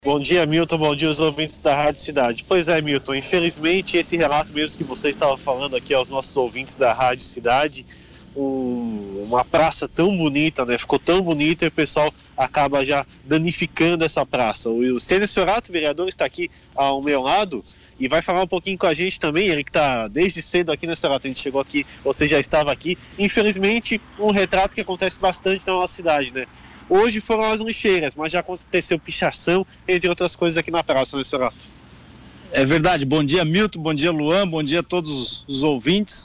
Bom dia, Milton. Bom dia, os ouvintes da Rádio Cidade. Pois é, Milton, infelizmente esse relato mesmo que você estava falando aqui aos nossos ouvintes da Rádio Cidade, uma praça tão bonita, né? Ficou tão bonita e o pessoal acaba já danificando essa praça. O Stênio Siorato, vereador, está aqui ao meu lado e vai falar um pouquinho com a gente também. Ele que está desde cedo aqui, né, Siorato? A gente chegou aqui, você já estava aqui. Infelizmente, um retrato que acontece bastante na nossa cidade, né? Hoje foram as lixeiras, mas já aconteceu pichação, entre outras coisas aqui na praça, né, Siorato? É verdade. Bom dia, Milton, bom dia, Luan, bom dia a todos os ouvintes.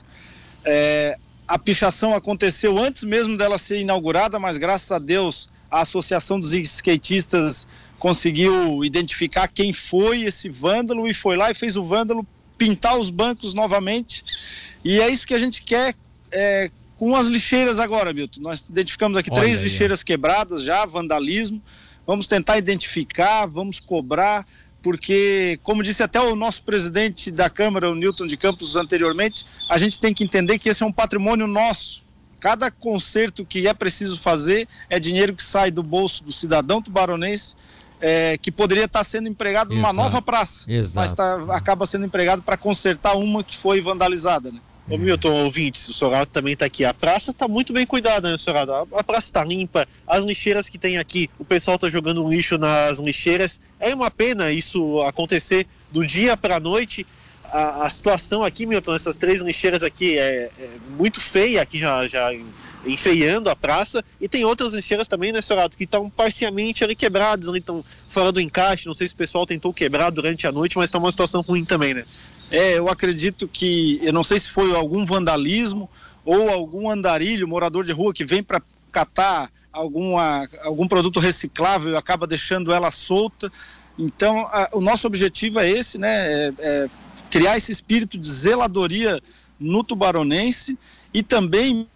A pichação aconteceu antes mesmo dela ser inaugurada, mas graças a Deus a Associação dos Skatistas conseguiu identificar quem foi esse vândalo e foi lá e fez o vândalo pintar os bancos novamente. E é isso que a gente quer com as lixeiras agora, Milton. Nós identificamos aqui 3 lixeiras quebradas já, vandalismo. Vamos tentar identificar, vamos cobrar, porque, como disse até o nosso presidente da Câmara, o Newton de Campos, anteriormente, a gente tem que entender que esse é um patrimônio nosso. Cada conserto que é preciso fazer é dinheiro que sai do bolso do cidadão tubaronense, que poderia estar sendo empregado numa nova praça, mas acaba sendo empregado para consertar uma que foi vandalizada, né? Ô Milton, ouvintes, o Siorato também está aqui. A praça está muito bem cuidada, né, Siorato? A praça está limpa, as lixeiras que tem aqui, o pessoal está jogando lixo nas lixeiras. É uma pena isso acontecer do dia para a noite. A situação aqui, Milton, essas 3 lixeiras aqui é muito feia, aqui já enfeiando a praça. E tem outras lixeiras também, né, Siorato, que estão parcialmente ali quebradas, ali estão fora do encaixe. Não sei se o pessoal tentou quebrar durante a noite, mas está uma situação ruim também, né? Eu acredito que, eu não sei se foi algum vandalismo ou algum andarilho, morador de rua que vem para catar algum produto reciclável e acaba deixando ela solta. Então, o nosso objetivo é esse, né? Criar esse espírito de zeladoria no tubaronense e também,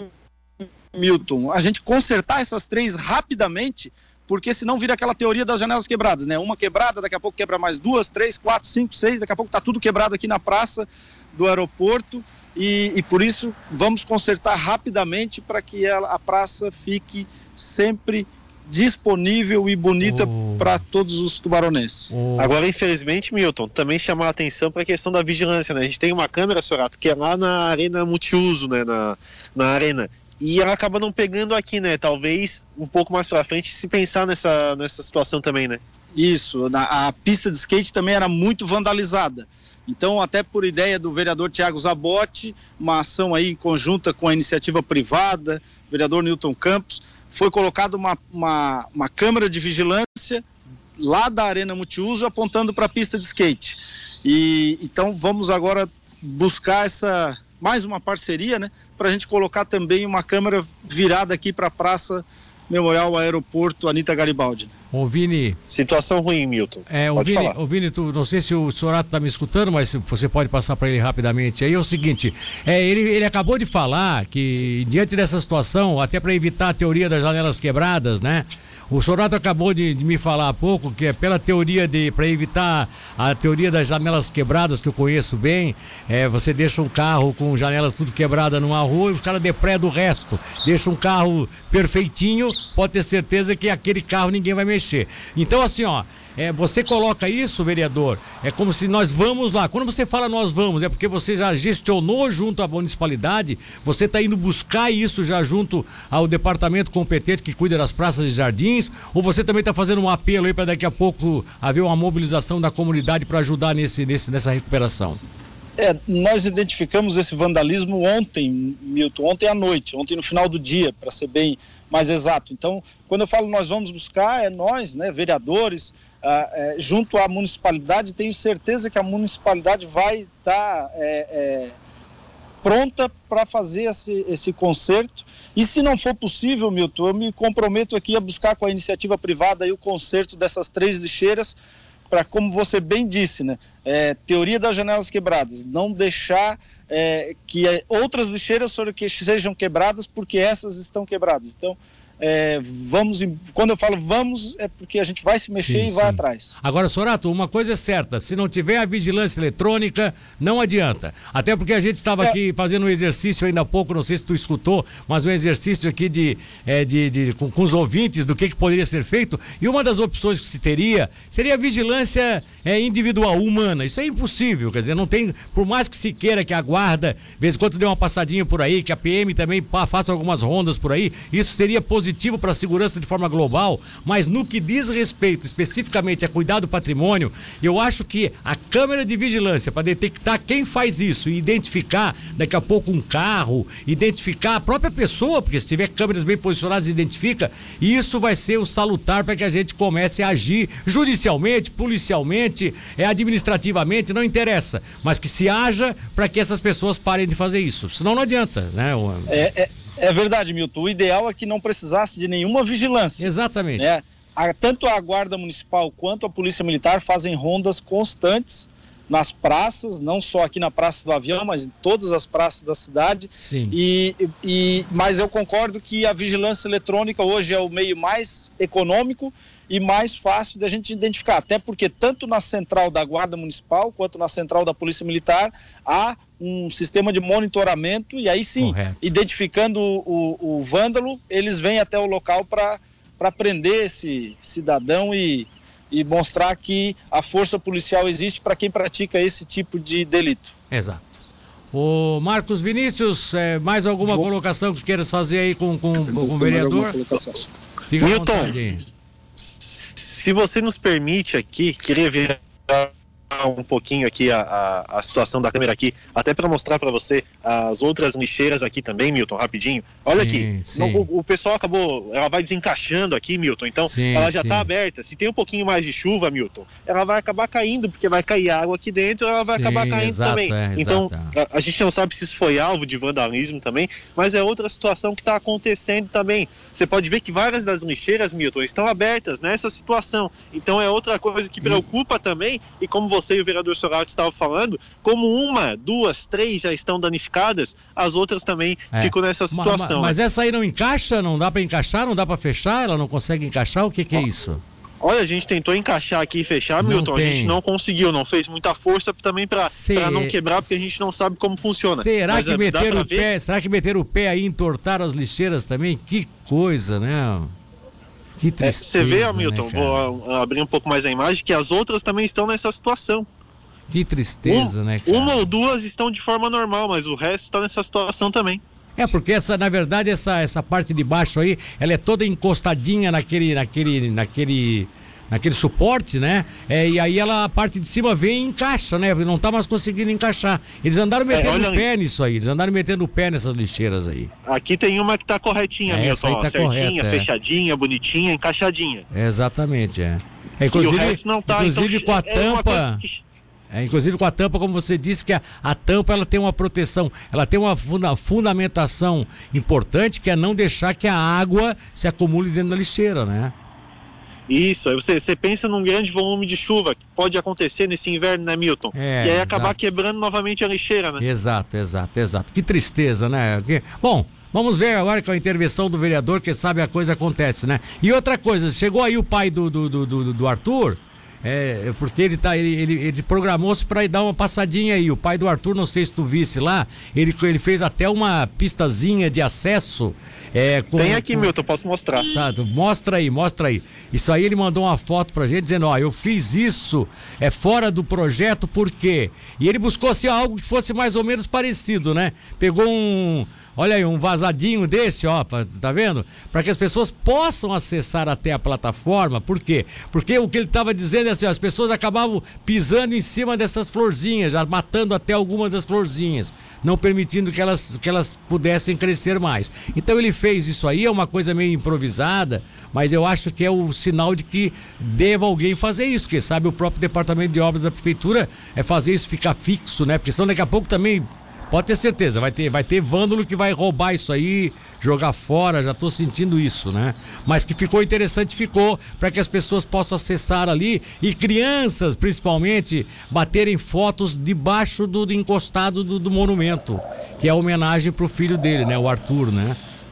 Milton, a gente consertar essas 3 rapidamente, porque senão vira aquela teoria das janelas quebradas, né? Uma quebrada, daqui a pouco quebra mais 2, 3, 4, 5, 6, daqui a pouco está tudo quebrado aqui na praça do aeroporto e por isso vamos consertar rapidamente para que a praça fique sempre disponível e bonita para todos os tubaronenses. Agora, infelizmente, Milton, também chamar a atenção para a questão da vigilância, né? A gente tem uma câmera, Siorato, que é lá na arena multiuso, né? Na arena. E ela acaba não pegando aqui, né? Talvez um pouco mais pra frente se pensar nessa situação também, né? Isso, a pista de skate também era muito vandalizada. Então, até por ideia do vereador Tiago Zabotti, uma ação aí conjunta com a iniciativa privada, vereador Newton Campos, foi colocada uma câmera de vigilância lá da arena multiuso apontando para a pista de skate. E então vamos agora buscar mais uma parceria, né, para a gente colocar também uma câmera virada aqui para a Praça Memorial Aeroporto Anita Garibaldi. Ô Vini... Situação ruim, Milton. Ô Vini, não sei se o Siorato está me escutando, mas você pode passar para ele rapidamente. Aí é o seguinte, ele acabou de falar que diante dessa situação, até para evitar a teoria das janelas quebradas, né? O Siorato acabou de me falar há pouco que é pela teoria para evitar a teoria das janelas quebradas, que eu conheço bem, você deixa um carro com janelas tudo quebradas numa rua e os caras depredam o resto. Deixa um carro perfeitinho, pode ter certeza que aquele carro ninguém vai mexer. Então assim, você coloca isso, vereador, é como se nós vamos lá. Quando você fala nós vamos, é porque você já gestionou junto à municipalidade, você está indo buscar isso já junto ao departamento competente que cuida das praças e jardins, ou você também está fazendo um apelo aí para daqui a pouco haver uma mobilização da comunidade para ajudar nessa recuperação? Nós identificamos esse vandalismo ontem, Milton, ontem à noite, ontem no final do dia, para ser bem mais exato. Então, quando eu falo nós vamos buscar, nós, né, vereadores, junto à municipalidade, tenho certeza que a municipalidade vai estar pronta para fazer esse conserto. E se não for possível, Milton, eu me comprometo aqui a buscar com a iniciativa privada aí o conserto dessas 3 lixeiras, para, como você bem disse, né, teoria das janelas quebradas, não deixar que outras lixeiras sejam quebradas porque essas estão quebradas. Então, quando eu falo vamos, é porque a gente vai se mexer e vai atrás. Agora, Sorato, uma coisa é certa, se não tiver a vigilância eletrônica, não adianta. Até porque a gente estava aqui fazendo um exercício ainda há pouco, não sei se tu escutou, mas um exercício aqui com os ouvintes do que poderia ser feito, e uma das opções que se teria seria a vigilância individual, humana. Isso é impossível, quer dizer, não tem, por mais que se queira que a guarda, de vez em quando dê uma passadinha por aí, que a PM também faça algumas rondas por aí, isso seria positivo para a segurança de forma global, mas no que diz respeito especificamente a cuidar do patrimônio, eu acho que a câmera de vigilância para detectar quem faz isso e identificar daqui a pouco um carro, identificar a própria pessoa, porque se tiver câmeras bem posicionadas identifica, isso vai ser o salutar para que a gente comece a agir judicialmente, policialmente, administrativamente, não interessa, mas que se haja para que essas pessoas parem de fazer isso, senão não adianta, né? É verdade, Milton. O ideal é que não precisasse de nenhuma vigilância. Exatamente. Né? Tanto a Guarda Municipal quanto a Polícia Militar fazem rondas constantes nas praças, não só aqui na Praça do Avião, mas em todas as praças da cidade. Sim. Mas eu concordo que a vigilância eletrônica hoje é o meio mais econômico e mais fácil da gente identificar, até porque tanto na central da Guarda Municipal quanto na central da Polícia Militar há um sistema de monitoramento e aí sim, correto, identificando o vândalo, eles vêm até o local para prender esse cidadão e mostrar que a força policial existe para quem pratica esse tipo de delito. Exato. O Marcos Vinícius, mais alguma colocação que queiras fazer aí com o vereador? Fica Milton, se você nos permite aqui, queria virar um pouquinho aqui a situação da câmera aqui, até para mostrar para você as outras lixeiras aqui também, Milton, rapidinho. Olha aqui, o pessoal ela vai desencaixando aqui, Milton, então ela já está aberta. Se tem um pouquinho mais de chuva, Milton, ela vai acabar caindo, porque vai cair água aqui dentro, ela vai acabar caindo também. Então, a gente não sabe se isso foi alvo de vandalismo também, mas é outra situação que está acontecendo também. Você pode ver que várias das lixeiras, Milton, estão abertas nessa situação. Então é outra coisa que preocupa também, e como você e o vereador Sorato estavam falando, como 1, 2, 3 já estão danificadas, as outras também ficam nessa situação. Mas essa aí não encaixa? Não dá para encaixar? Não dá para fechar? Ela não consegue encaixar? O que é isso? Olha, a gente tentou encaixar aqui e fechar, Milton, a gente não conseguiu, não fez muita força também para não quebrar, porque a gente não sabe como funciona. Será que meteram o pé aí e entortaram as lixeiras também? Que coisa, né? Que tristeza, você vê, Hamilton, né, vou abrir um pouco mais a imagem, que as outras também estão nessa situação. Que tristeza, né, cara? 1 ou 2 estão de forma normal, mas o resto está nessa situação também. Porque na verdade, essa parte de baixo aí, ela é toda encostadinha naquele suporte, né? E aí a parte de cima vem e encaixa, né? Não tá mais conseguindo encaixar. Eles andaram metendo o pé nisso aí, eles andaram metendo o pé nessas lixeiras aí. Aqui tem uma que tá corretinha, Milton, tá certinha, correta, fechadinha, bonitinha, encaixadinha. Exatamente, Inclusive, e o resto não tá, inclusive então, com a tampa... inclusive com a tampa, como você disse, que a tampa ela tem uma proteção, ela tem uma fundamentação importante, que é não deixar que a água se acumule dentro da lixeira, né? Isso, aí você pensa num grande volume de chuva que pode acontecer nesse inverno, né, Milton? E aí acabar quebrando novamente a lixeira, né? Exato. Que tristeza, né? Bom, vamos ver agora com a intervenção do vereador, quem sabe a coisa acontece, né? E outra coisa, chegou aí o pai do Arthur... porque ele programou-se para ir dar uma passadinha aí. O pai do Arthur, não sei se tu visse lá, ele fez até uma pistazinha de acesso. Tem aqui, Milton, posso mostrar. Tá, mostra aí. Isso aí ele mandou uma foto pra gente dizendo, eu fiz isso fora do projeto, por quê? E ele buscou assim algo que fosse mais ou menos parecido, né? Pegou olha aí, um vazadinho desse, tá vendo? Para que as pessoas possam acessar até a plataforma. Por quê? Porque o que ele estava dizendo é assim, as pessoas acabavam pisando em cima dessas florzinhas, já matando até algumas das florzinhas, não permitindo que elas pudessem crescer mais. Então ele fez isso aí, é uma coisa meio improvisada, mas eu acho que é o sinal de que deva alguém fazer isso, quem sabe o próprio departamento de obras da prefeitura fazer isso ficar fixo, né? Porque senão daqui a pouco também... Pode ter certeza, vai ter vândalo que vai roubar isso aí, jogar fora, já estou sentindo isso, né? Mas que ficou interessante, para que as pessoas possam acessar ali e crianças, principalmente, baterem fotos debaixo do encostado do monumento, que é a homenagem para o filho dele, né? O Arthur, né?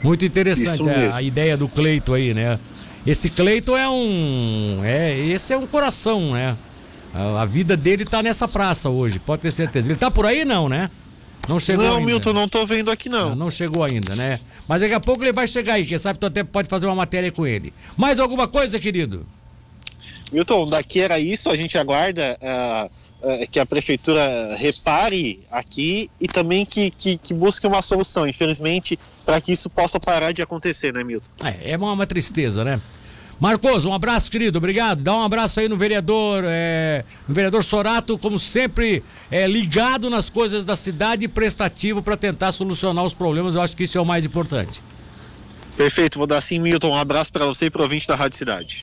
Muito interessante a ideia do Cleito aí, né? Esse Cleito esse é um coração, né? A vida dele tá nessa praça hoje, pode ter certeza. Ele tá por aí não, né? Não chegou ainda. Não, Milton, não tô vendo aqui não. Não chegou ainda, né? Mas daqui a pouco ele vai chegar aí, quem sabe tu até pode fazer uma matéria com ele. Mais alguma coisa, querido? Milton, daqui era isso, a gente aguarda que a prefeitura repare aqui e também que busque uma solução, infelizmente, para que isso possa parar de acontecer, né, Milton? É uma tristeza, né? Marcos, um abraço, querido, obrigado. Dá um abraço aí no vereador Sorato, como sempre, ligado nas coisas da cidade e prestativo para tentar solucionar os problemas. Eu acho que isso é o mais importante. Perfeito, vou dar sim, Milton. Um abraço para você e para o ouvinte da Rádio Cidade.